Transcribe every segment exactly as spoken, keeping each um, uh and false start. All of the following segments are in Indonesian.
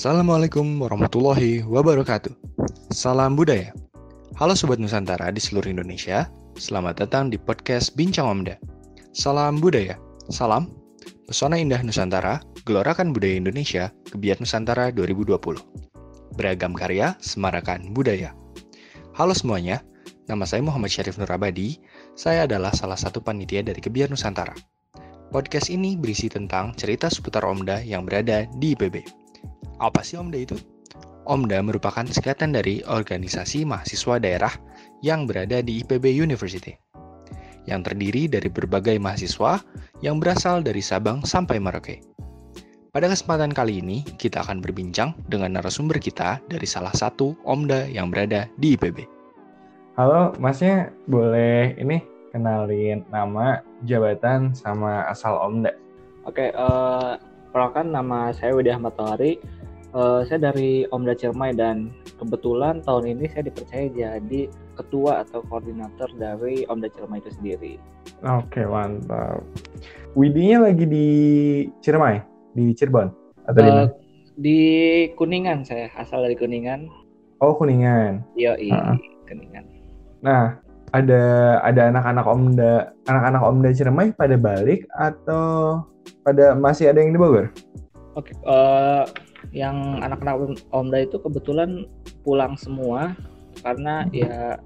Assalamualaikum warahmatullahi wabarakatuh. Salam budaya. Halo Sobat Nusantara di seluruh Indonesia. Selamat datang di podcast Bincang Omda. Salam budaya. Salam. Pesona indah Nusantara, gelorakan budaya Indonesia, Gebiar Nusantara dua ribu dua puluh. Beragam karya, semarakan budaya. Halo semuanya, nama saya Muhammad Syarif Nur Abadi. Saya adalah salah satu panitia dari Gebiar Nusantara. Podcast ini berisi tentang cerita seputar Omda yang berada di I P B. Apa sih Omda itu? Omda merupakan singkatan dari Organisasi Mahasiswa Daerah yang berada di I P B University, yang terdiri dari berbagai mahasiswa yang berasal dari Sabang sampai Merauke. Pada kesempatan kali ini, kita akan berbincang dengan narasumber kita dari salah satu Omda yang berada di I P B. Halo, Masnya boleh ini kenalin nama, jabatan, sama asal Omda? Oke, uh, perkenalkan nama saya Widya Ahmad Tawari. Uh, saya dari Omda Ciremai dan kebetulan tahun ini saya dipercaya jadi ketua atau koordinator dari Omda Ciremai itu sendiri. Oke, mantap. Widinya lagi di Ciremai, di Cirebon atau di Uh, di Kuningan, saya asal dari Kuningan. Oh, Kuningan. Iya, Uh-uh. Kuningan. Nah, ada ada anak-anak Omda, anak-anak Omda Ciremai pada balik atau pada masih ada yang di Bogor? Oke, uh, yang anak-anak Omda itu kebetulan pulang semua karena ya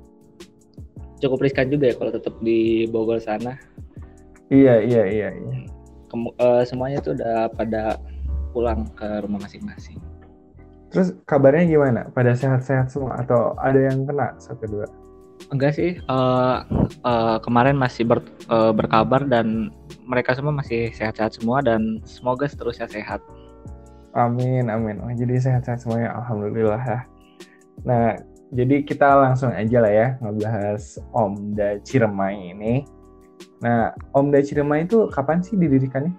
cukup riskan juga ya kalau tetap di Bogor sana. Iya, iya, iya, iya. Kem- uh, semuanya tuh udah pada pulang ke rumah masing-masing. Terus kabarnya gimana? Pada sehat-sehat semua atau ada yang kena satu dua? Enggak sih, uh, uh, kemarin masih ber, uh, berkabar dan mereka semua masih sehat-sehat semua dan semoga seterusnya sehat. Amin, amin. Oh, jadi sehat-sehat semuanya, alhamdulillah ya. Nah, jadi kita langsung aja lah ya ngebahas Omda Ciremai ini. Nah, Omda Ciremai itu kapan sih didirikannya?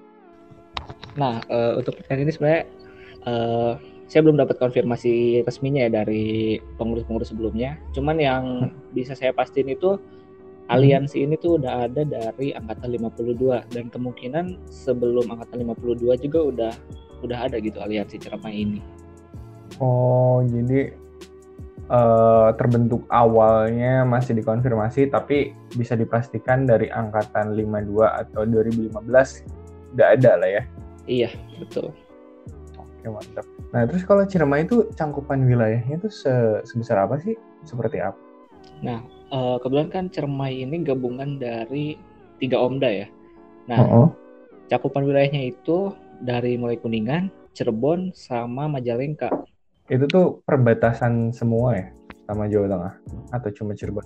Nah, uh, untuk pertanyaan ini sebenarnya uh, saya belum dapat konfirmasi resminya ya dari pengurus-pengurus sebelumnya. Cuman yang bisa saya pastiin itu aliansi ini tuh udah ada dari angkatan lima puluh dua dan kemungkinan sebelum angkatan lima puluh dua juga udah udah ada gitu aliansi Ciremai ini. Oh, jadi uh, terbentuk awalnya masih dikonfirmasi tapi bisa dipastikan dari angkatan lima puluh dua atau dua ribu lima belas udah ada lah ya. Iya, betul. Oke, mantap. Nah, terus kalau Ciremai itu cangkupan wilayahnya itu se- sebesar apa sih? Seperti apa? Nah, uh, kebetulan kan Ciremai ini gabungan dari tiga Omda ya. Nah, Oh. cakupan wilayahnya itu dari mulai Kuningan, Cirebon, sama Majalengka. Itu tuh perbatasan semua ya sama Jawa Tengah atau cuma Cirebon?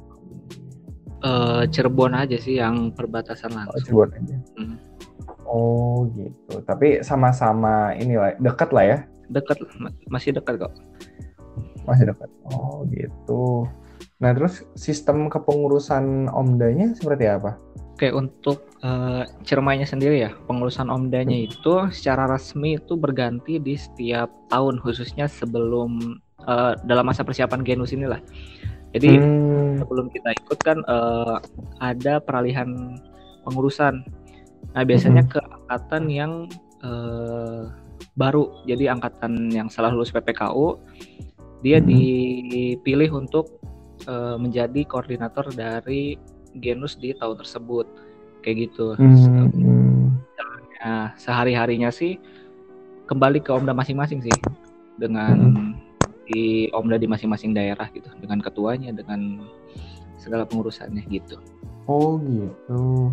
Uh, Cirebon aja sih yang perbatasan Oh, langsung. Cirebon aja. Hmm. Oh gitu. Tapi sama-sama inilah dekat lah ya. Dekat, masih dekat kok. Masih dekat. Oh gitu. Nah terus sistem kepengurusan Omdanya seperti apa? Oke, untuk uh, Ciremainya sendiri ya, pengurusan Omdanya itu secara resmi itu berganti di setiap tahun, khususnya sebelum uh, dalam masa persiapan Genus inilah. Jadi hmm. sebelum kita ikut kan uh, ada peralihan pengurusan. Nah biasanya hmm. ke angkatan yang uh, baru, jadi angkatan yang setelah lulus P P K U, dia hmm. dipilih untuk uh, menjadi koordinator dari Genus di tahun tersebut, kayak gitu. Hmm. Nah, sehari-harinya sih kembali ke Omda masing-masing sih, dengan hmm. di Omda di masing-masing daerah gitu, dengan ketuanya, dengan segala pengurusannya gitu. Oh gitu.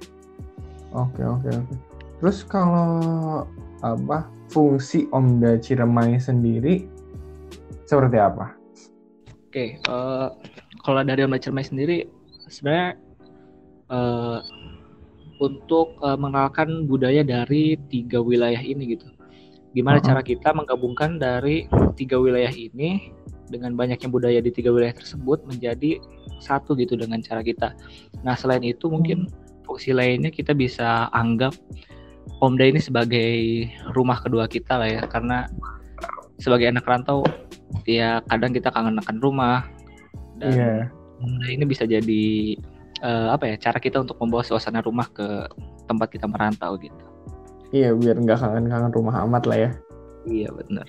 Oke oke oke. Terus kalau apa fungsi Omda Ciremai sendiri seperti apa? Oke, uh, kalau dari Omda Ciremai sendiri sebenarnya uh, untuk uh, mengenalkan budaya dari tiga wilayah ini gitu. Gimana uh-huh. cara kita menggabungkan dari tiga wilayah ini dengan banyaknya budaya di tiga wilayah tersebut menjadi satu gitu dengan cara kita. Nah selain itu mungkin fungsi lainnya kita bisa anggap Omda ini sebagai rumah kedua kita lah ya, karena sebagai anak rantau ya kadang kita kangen akan rumah dan yeah. Omda ini bisa jadi uh, apa ya cara kita untuk membawa suasana rumah ke tempat kita merantau gitu. Iya biar nggak kangen-kangen rumah amat lah ya. Iya benar.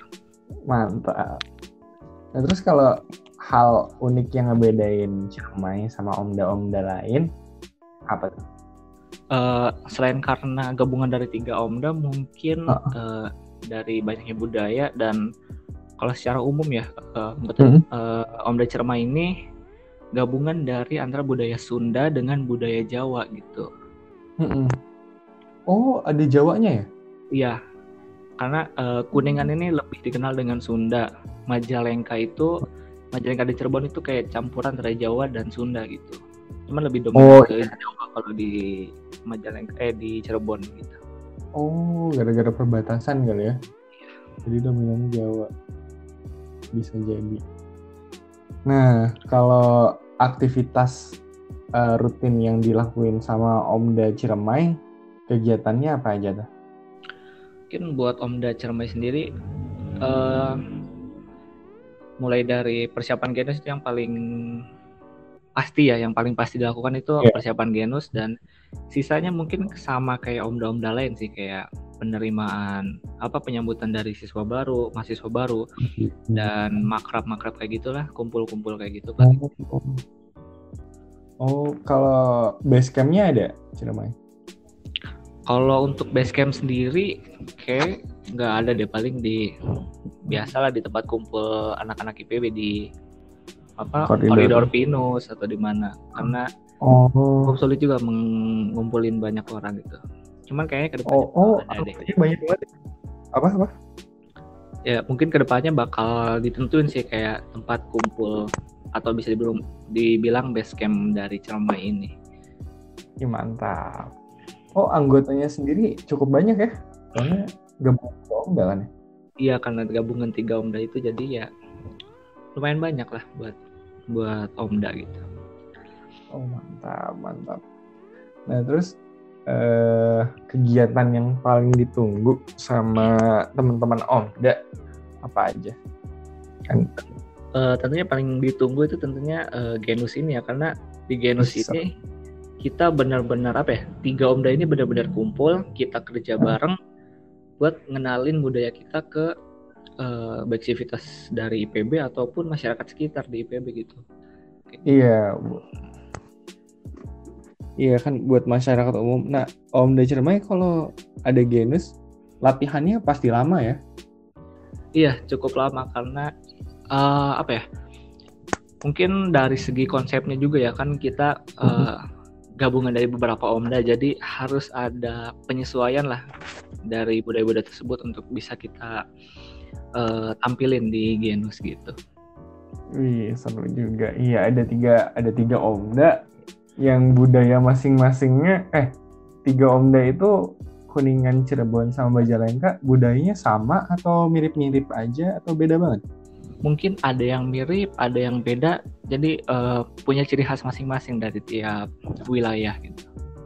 Mantap. Nah, terus kalau hal unik yang ngebedain Ciremai sama Omda-Omda lain apa tuh? Uh, selain karena gabungan dari tiga Omda, mungkin Uh-uh. uh, dari banyaknya budaya, dan kalau secara umum ya, uh, betul, mm-hmm. uh, Omda Ciremai ini gabungan dari antara budaya Sunda dengan budaya Jawa gitu. Mm-hmm. Oh, ada Jawanya ya? Iya, karena uh, Kuningan ini lebih dikenal dengan Sunda. Majalengka itu, Majalengka di Cirebon itu kayak campuran antara Jawa dan Sunda gitu. Cuman lebih dominan oh, ke iya. Jawa kalau di Majalengka, eh di Cirebon gitu. Oh, gara-gara perbatasan kali ya? Iya. Jadi dominannya Jawa. Bisa jadi. Nah, kalau aktivitas uh, rutin yang dilakuin sama Omda Ciremai, kegiatannya apa aja tuh? Mungkin buat Omda Ciremai sendiri, uh, mulai dari persiapan genus itu yang paling pasti ya, yang paling pasti dilakukan itu yeah. persiapan genus, dan sisanya mungkin sama kayak Omda-Omda lain sih, kayak penerimaan apa penyambutan dari siswa baru, mahasiswa baru, dan makrab-makrab kayak gitulah, kumpul-kumpul kayak gitu kan. Oh, kalau base camp-nya ada Ciremai? Kalau untuk base camp sendiri kayak nggak ada deh, paling di biasalah di tempat kumpul anak-anak I P B di apa koridor, koridor Pinus atau di mana, karena oh. cukup sulit juga mengumpulin banyak orang gitu. Cuman kayaknya kedepannya oh, oh, ada deh. Banyak banget. Apa apa? Ya mungkin kedepannya bakal ditentuin sih kayak tempat kumpul atau bisa dibilang dibilang base camp dari Ciremai ini. Ya, mantap. Oh, anggotanya sendiri cukup banyak ya? Karena gabungan tiga Omda kan ya? Iya, karena gabungan tiga Omda itu jadi ya lumayan banyak lah buat buat Omda gitu. Oh, mantap, mantap. Nah, terus eh, kegiatan yang paling ditunggu sama teman-teman Omda apa aja? Kan uh, tentunya paling ditunggu itu tentunya uh, genus ini ya, karena di genus Bisa. ini kita benar-benar apa ya, tiga Omda ini benar-benar kumpul, kita kerja bareng buat ngenalin budaya kita ke uh, baik civitas dari I P B ataupun masyarakat sekitar di I P B gitu. Iya, iya kan buat masyarakat umum. Nah, Omda Ciremai kalau ada genus latihannya pasti lama ya? Iya, cukup lama karena uh, apa ya? Mungkin dari segi konsepnya juga ya, kan kita uh, gabungan dari beberapa Omda, jadi harus ada penyesuaian lah dari budaya-budaya tersebut untuk bisa kita uh, tampilin di genus gitu. Wih, seru juga. Iya, ada tiga ada tiga Omda yang budaya masing-masingnya eh tiga Omda itu Kuningan, Cirebon sama Majalengka budayanya sama atau mirip-mirip aja atau beda banget? Mungkin ada yang mirip, ada yang beda. Jadi uh, punya ciri khas masing-masing dari tiap wilayah gitu.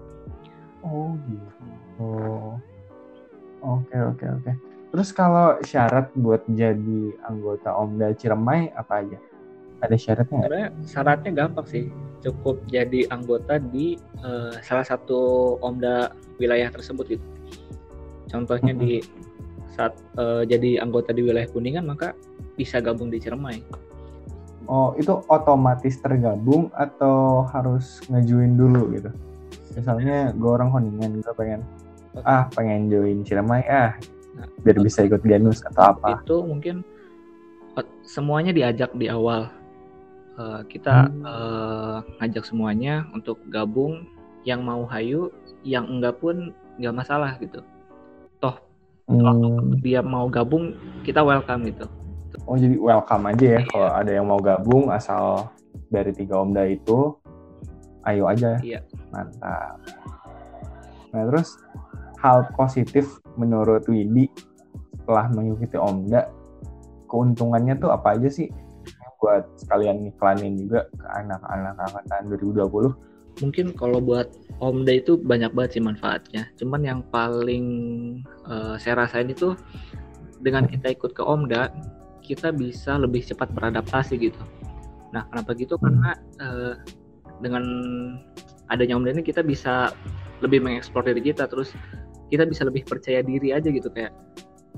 Oh gitu. Oh. Oke oke oke. Terus kalau syarat buat jadi anggota Omda Ciremai apa aja? Ada syaratnya nggak? Sebenarnya syaratnya gampang sih. Cukup jadi anggota di uh, salah satu Omda wilayah tersebut gitu. Contohnya mm-hmm. di saat uh, jadi anggota di wilayah Kuningan, maka bisa gabung di Ciremai. Oh, itu otomatis tergabung atau harus ngajuin dulu gitu? Misalnya gue orang Kuningan, gue pengen ah pengen join Ciremai ah nah, biar bisa ikut genus atau apa? Itu mungkin semuanya diajak di awal. Uh, kita hmm. uh, ngajak semuanya untuk gabung, yang mau hayu, yang enggak pun nggak masalah gitu. Toh hmm. kalau dia mau gabung, kita welcome gitu. Oh, jadi welcome aja ya, iya. Kalau ada yang mau gabung asal dari tiga Omda itu, ayo aja. Iya. Mantap. Nah, terus hal positif menurut Widi setelah mengikuti Omda, keuntungannya tuh apa aja sih? Buat sekalian ngiklanin juga ke anak-anak angkatan dua ribu dua puluh. Mungkin kalau buat Omda itu banyak banget sih manfaatnya. Cuman yang paling uh, saya rasain itu dengan kita ikut ke Omda, kita bisa lebih cepat beradaptasi gitu. Nah, kenapa gitu? Hmm. Karena uh, dengan adanya Omda ini kita bisa lebih mengeksplor diri kita, terus kita bisa lebih percaya diri aja gitu, kayak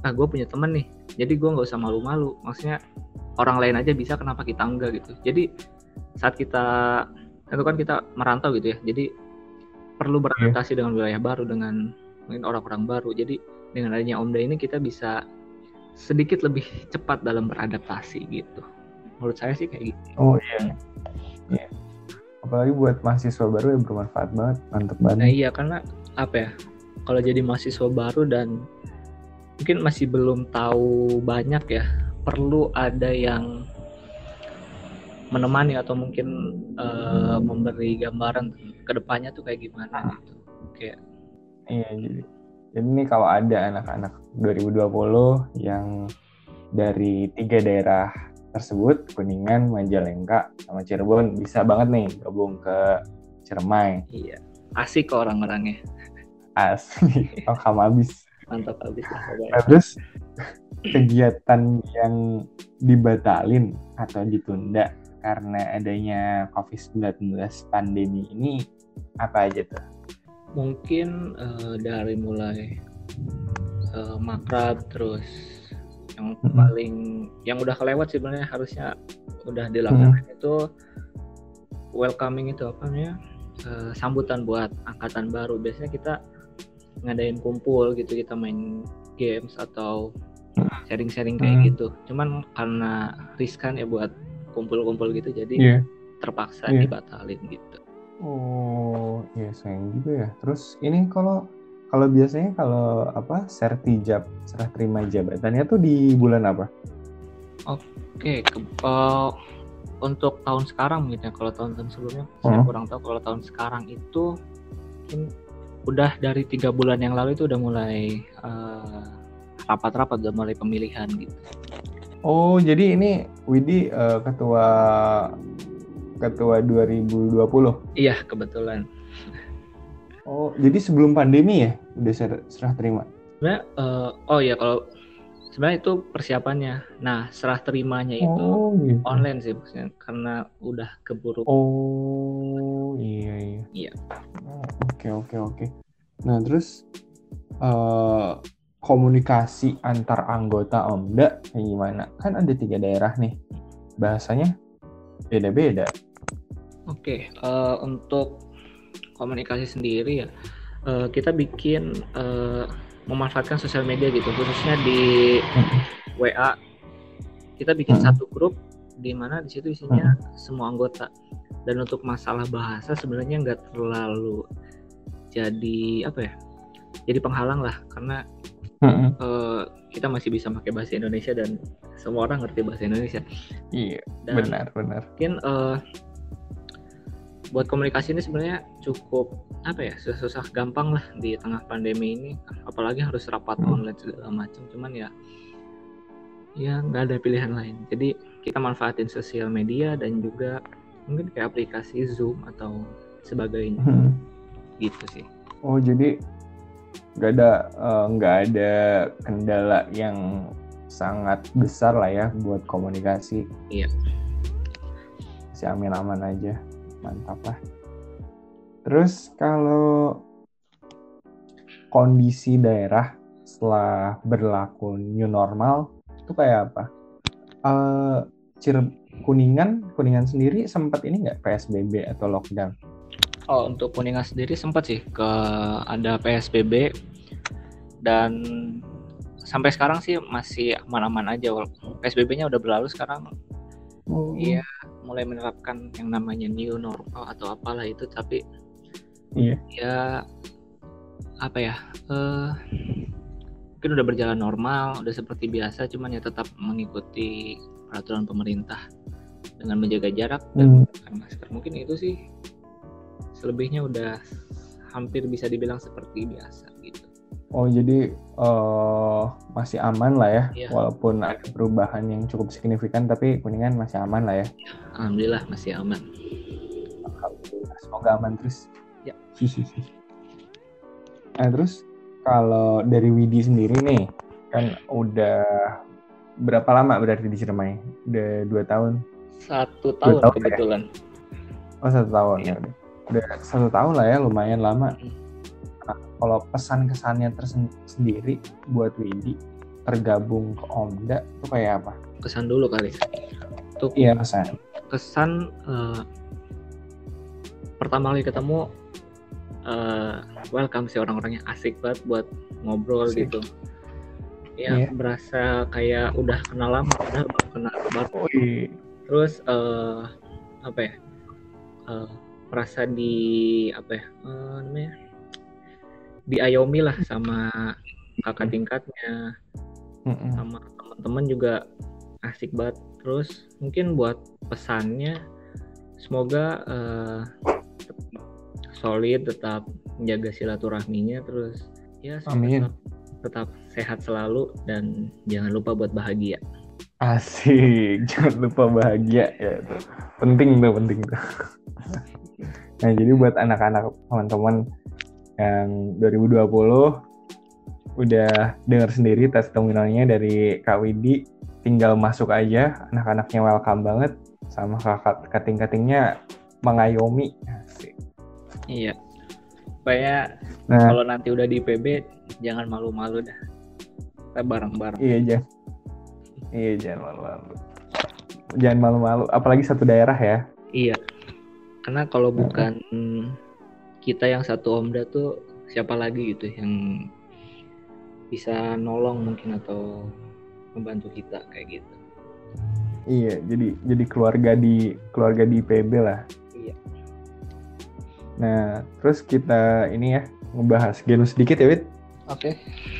ah gue punya temen nih, jadi gue nggak usah malu-malu, maksudnya orang lain aja bisa, kenapa kita enggak gitu. Jadi saat kita itu kan kita merantau gitu ya, jadi perlu beradaptasi yeah. dengan wilayah baru, dengan mungkin orang-orang baru. Jadi dengan adanya Omda ini kita bisa sedikit lebih cepat dalam beradaptasi gitu. Menurut saya sih kayak gitu. Oh iya. Yeah. Apalagi buat mahasiswa baru ya bermanfaat banget, mantep banget. Nah iya, karena apa ya, kalau jadi mahasiswa baru dan mungkin masih belum tahu banyak ya, perlu ada yang menemani atau mungkin uh, memberi gambaran ke depannya tuh kayak gimana gitu. Kayak iya, jadi jadi ini kalau ada anak-anak dua ribu dua puluh yang dari tiga daerah tersebut, Kuningan, Majalengka, sama Cirebon, bisa banget nih gabung ke Ciremai. Iya, asik kok orang-orangnya. Asik, oh kamu habis. Mantap habis lah. Nah, terus kegiatan yang dibatalin atau ditunda karena adanya covid sembilan belas pandemi ini apa aja tuh? Mungkin uh, dari mulai uh, makrab, terus yang mm-hmm. paling yang udah kelewat sebenarnya harusnya udah dilakukan mm-hmm. itu welcoming, itu apa namanya, uh, sambutan buat angkatan baru. Biasanya kita ngadain kumpul gitu, kita main games atau sharing-sharing kayak hmm. gitu. Cuman karena riskan ya buat kumpul-kumpul gitu, jadi yeah. terpaksa yeah. dibatalin gitu. Oh, iya sayang juga ya. Terus ini kalau kalau biasanya kalau apa sertijab, serah terima jabatannya tuh di bulan apa? Oke, ke, uh, untuk tahun sekarang gitu ya. Kalau tahun-tahun sebelumnya hmm. saya kurang tahu. Kalau tahun sekarang itu mungkin udah dari tiga bulan yang lalu itu udah mulai uh, rapat-rapat, udah mulai pemilihan gitu. Oh, jadi ini Widi uh, ketua ketua dua ribu dua puluh? Iya, kebetulan. Oh, jadi sebelum pandemi ya udah ser- serah terima? Sebenarnya, uh, oh iya, kalau sebenarnya itu persiapannya. Nah, serah terimanya itu oh, gitu. online sih maksudnya, karena udah keburu. Oh, iya iya. Iya. Oke oke oke. Nah terus uh, komunikasi antar anggota Omda kayak gimana? Kan ada tiga daerah nih, bahasanya beda-beda. Oke, uh, untuk komunikasi sendiri ya, uh, kita bikin uh, memanfaatkan sosial media gitu, khususnya di W A. Kita bikin hmm. satu grup di mana di situ isinya hmm. semua anggota. Dan untuk masalah bahasa sebenarnya nggak terlalu jadi apa ya, jadi penghalang lah, karena hmm. uh, kita masih bisa pakai bahasa Indonesia dan semua orang ngerti bahasa Indonesia. Iya, dan benar benar. Mungkin uh, buat komunikasi ini sebenarnya cukup apa ya, susah gampang lah di tengah pandemi ini, apalagi harus rapat hmm. online segala macam. Cuman ya ya nggak ada pilihan lain, jadi kita manfaatin sosial media dan juga mungkin kayak aplikasi Zoom atau sebagainya. Hmm. Gitu sih. Oh, jadi nggak ada uh, nggak ada kendala yang sangat besar lah ya buat komunikasi. Iya. Si aman-aman aja, mantap lah. Terus kalau kondisi daerah setelah berlaku new normal itu kayak apa? Uh, Cir- Kuningan, Kuningan sendiri sempat ini nggak P S B B atau lockdown? Oh, untuk Kuningan sendiri sempat sih ke ada P S B B, dan sampai sekarang sih masih aman-aman aja. P S B B-nya udah berlalu sekarang. Oh. Iya, mulai menerapkan yang namanya new normal atau apalah itu, tapi iya. Ya apa ya? Uh, mungkin udah berjalan normal, udah seperti biasa, cuman ya tetap mengikuti peraturan pemerintah dengan menjaga jarak dan menggunakan masker. Mungkin itu sih, selebihnya udah hampir bisa dibilang seperti biasa gitu. Oh, jadi uh, masih aman lah ya, ya, walaupun ada perubahan yang cukup signifikan, tapi Kuningan masih aman lah ya. Alhamdulillah masih aman. Alhamdulillah, semoga aman terus. Ya. Nah terus kalau dari Widi sendiri nih, kan udah berapa lama berarti di Ciremai? Udah dua tahun? Satu tahun, tahun kebetulan. Ya? Oh satu tahun ya udah. Udah satu tahun lah ya, lumayan lama. Hmm. Nah, kalau pesan kesannya tersendiri buat Widi tergabung ke Omda itu kayak apa? Kesan dulu kali. Untuk Iya kesan. kesan uh, pertama kali ketemu uh, welcome sih, orang-orangnya asik banget buat ngobrol asik. Gitu. Ya, yeah. Berasa kayak udah kenal lama, udah baru kenal baru. Oh, iya. Terus uh, apa ya? Uh, merasa di apa ya? Uh, namanya? Diayomi lah sama kakak tingkatnya, mm-hmm. sama teman-teman juga asik banget. Terus mungkin buat pesannya, semoga uh, solid, tetap menjaga silaturahminya, terus ya amin. Tetap, tetap sehat selalu dan jangan lupa buat bahagia. Asik, jangan lupa bahagia ya, itu penting tuh, penting tuh. Nah jadi buat anak-anak teman-teman yang dua ribu dua puluh udah dengar sendiri testimonialnya dari Kak Widi, tinggal masuk aja, anak-anaknya welcome banget, sama kakak kating-katingnya mengayomi. Asik. Iya. Supaya nah, kalau nanti udah di P B jangan malu-malu dah. Kita bareng-bareng. Iya, jangan. Iya, jangan malu-malu. Jangan malu-malu, apalagi satu daerah ya. Iya. Karena kalau bukan kita yang satu Omda tuh siapa lagi gitu yang bisa nolong mungkin atau membantu kita kayak gitu. Iya, jadi jadi keluarga di keluarga di P B lah. Iya. Nah, terus kita ini ya ngebahas genus sedikit ya, Wid. Oke. Okay.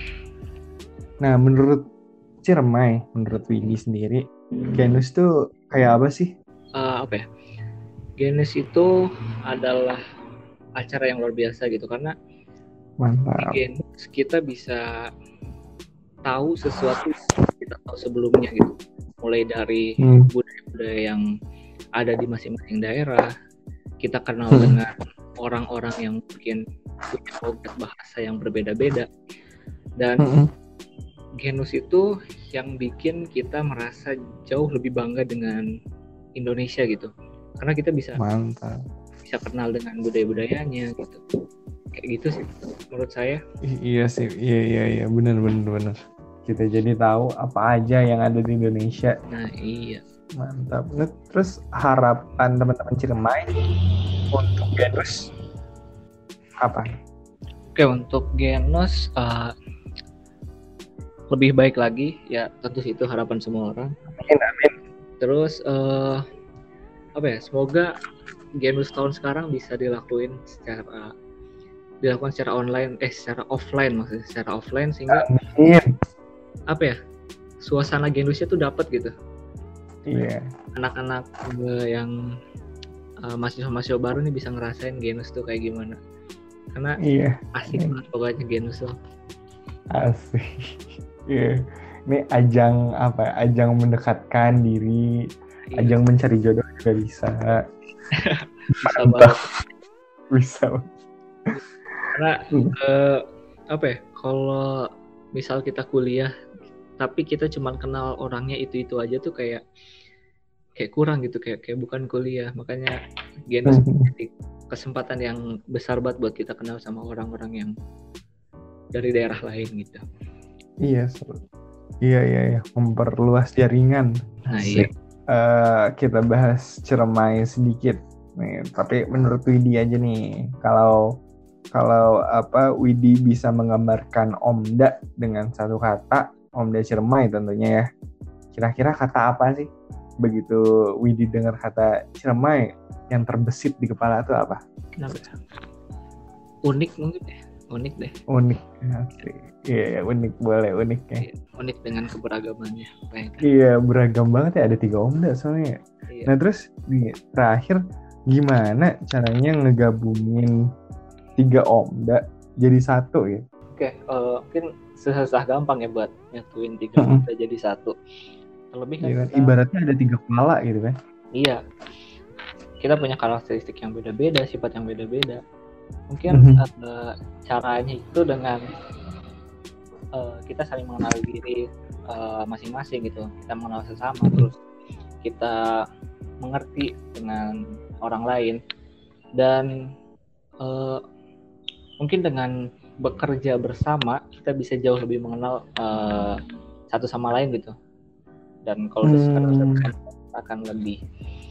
Nah, menurut Ciremai, menurut Widi sendiri, genus tuh kayak apa sih? Uh, apa ya? Genus itu adalah acara yang luar biasa gitu, karena mantap. Di genus kita bisa tahu sesuatu yang kita tahu sebelumnya gitu. Mulai dari hmm. budaya-budaya yang ada di masing-masing daerah, kita kenal hmm. dengan orang-orang yang mungkin punya logat bahasa yang berbeda-beda, dan hmm. genus itu yang bikin kita merasa jauh lebih bangga dengan Indonesia gitu, karena kita bisa mantap. bisa kenal dengan budaya-budayanya gitu, kayak gitu sih menurut saya. I- iya sih, iya iya iya benar benar benar. Kita jadi tahu apa aja yang ada di Indonesia. Nah iya. Mantap. Nah, terus harapan teman-teman Ciremai untuk genus apa? Oke, untuk genus uh, lebih baik lagi ya, tentu itu harapan semua orang. Amin amin. Terus uh, apa ya? Semoga genus tahun sekarang bisa dilakuin secara dilakukan secara online, eh secara offline maksudnya, secara offline sehingga amin. Apa ya? Suasana genusnya tuh dapat gitu. Iya. Anak-anak uh, yang uh, mahasiswa-mahasiswa baru nih bisa ngerasain genus tuh kayak gimana. Karena iya. asik banget pokoknya genus tuh. Asik. Iya. Ini ajang apa? Ajang mendekatkan diri, iya. Ajang mencari jodoh juga bisa. Bisa banget. Bisa. Karena uh, apa ya? Kalau misal kita kuliah tapi kita cuma kenal orangnya itu-itu aja tuh kayak kayak kurang gitu, kayak kayak bukan kuliah. Makanya genus jadi kesempatan yang besar banget buat kita kenal sama orang-orang yang dari daerah lain gitu. Iya, seru. Iya iya iya, memperluas jaringan. Nah, iya. Uh, kita bahas Ciremai sedikit nih, tapi menurut Widi aja nih, kalau kalau apa Widi bisa menggambarkan Omda dengan satu kata, Omda Ciremai tentunya ya. Kira-kira kata apa sih? Begitu Widi dengar kata Ciremai, yang terbesit di kepala itu apa? Kenapa? Unik mungkin deh. Unik deh. Unik. Iya, ya, unik boleh unik ya. Unik dengan keberagamannya. Baik. Iya, beragam banget ya, ada tiga Omda soalnya. Iya. Nah terus nih, terakhir gimana caranya ngegabungin tiga Omda jadi satu ya? Oke, uh, mungkin susah gampang ya buat nyatuin tiga mm-hmm. Omda jadi satu. Terlebih kan, iya, kan kita, ibaratnya ada tiga kepala gitu kan? Iya, kita punya karakteristik yang beda-beda, sifat yang beda-beda. Mungkin mm-hmm. uh, caranya itu dengan uh, kita saling mengenal diri uh, masing-masing gitu. Kita mengenal sesama, terus kita mengerti dengan orang lain, dan uh, mungkin dengan bekerja bersama kita bisa jauh lebih mengenal uh, satu sama lain gitu. Dan kalau udah sekarang Hmm. akan lebih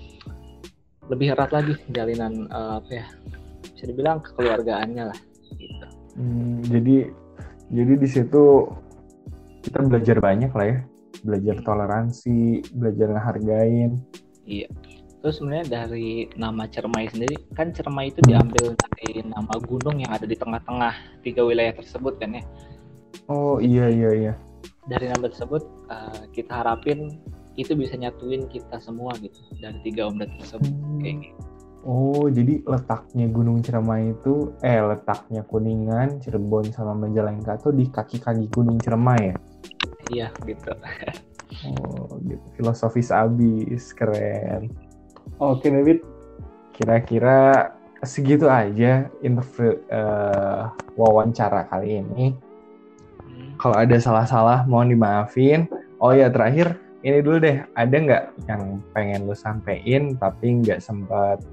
lebih erat lagi jalinan uh, apa ya, bisa dibilang kekeluargaannya lah gitu. Hmm, jadi jadi di situ kita belajar banyak lah ya, belajar toleransi, belajar ngehargain. Iya. Terus sebenarnya dari nama Cermai sendiri, kan Cermai itu diambil dari nama gunung yang ada di tengah-tengah tiga wilayah tersebut kan ya. Oh iya iya iya. Dari nama tersebut uh, kita harapin itu bisa nyatuin kita semua gitu dari tiga Omda tersebut. Hmm. Kayak gitu. Oh, jadi letaknya Gunung Ciremai itu, eh letaknya Kuningan, Cirebon sama Majalengka tuh di kaki-kaki Gunung Ciremai ya? Iya gitu. Oh, gitu. Filosofis abis, keren. Oke, David. Kira-kira segitu aja interview uh, wawancara kali ini. Hmm. Kalau ada salah-salah, mohon dimaafin. Oh ya, terakhir, ini dulu deh. Ada nggak yang pengen lu sampein tapi nggak sempat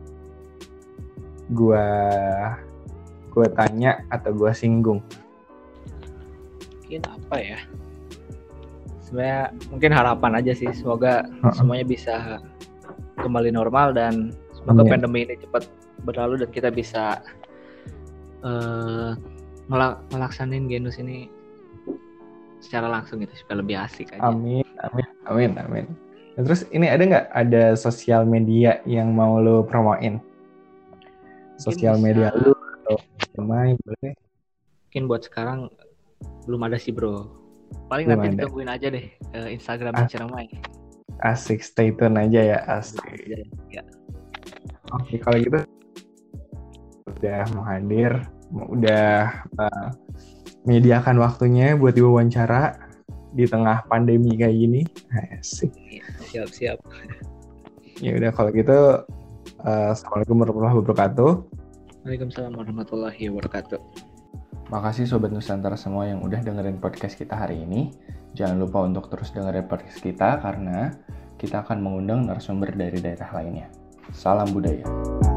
gua gua tanya atau gua singgung? Mungkin apa ya? Sebenarnya mungkin harapan aja sih, semoga Uh-uh. semuanya bisa kembali normal dan semoga Amin. pandemi ini cepat berlalu dan kita bisa uh, melak- melaksanain Genus ini secara langsung gitu supaya lebih asik aja. Amin, amin, amin, amin. Nah, terus ini ada nggak ada sosial media yang mau lo promoin? Sosial bisa, media lu atau main boleh? mungkin buat sekarang belum ada sih bro. Paling Belum nanti ada. ditungguin aja deh uh, Instagram Ah. Ciremai. Asik, stay tune aja ya, asik. Ya. Oke, kalau gitu udah mau hadir, udah uh, menyediakan waktunya buat diwawancara di tengah pandemi kayak gini. Asik. Siap-siap. Ya udah kalau gitu, uh, assalamualaikum warahmatullahi wabarakatuh. Waalaikumsalam warahmatullahi wabarakatuh. Makasih Sobat Nusantara semua yang udah dengerin podcast kita hari ini. Jangan lupa untuk terus dengerin podcast kita karena kita akan mengundang narasumber dari daerah lainnya. Salam budaya.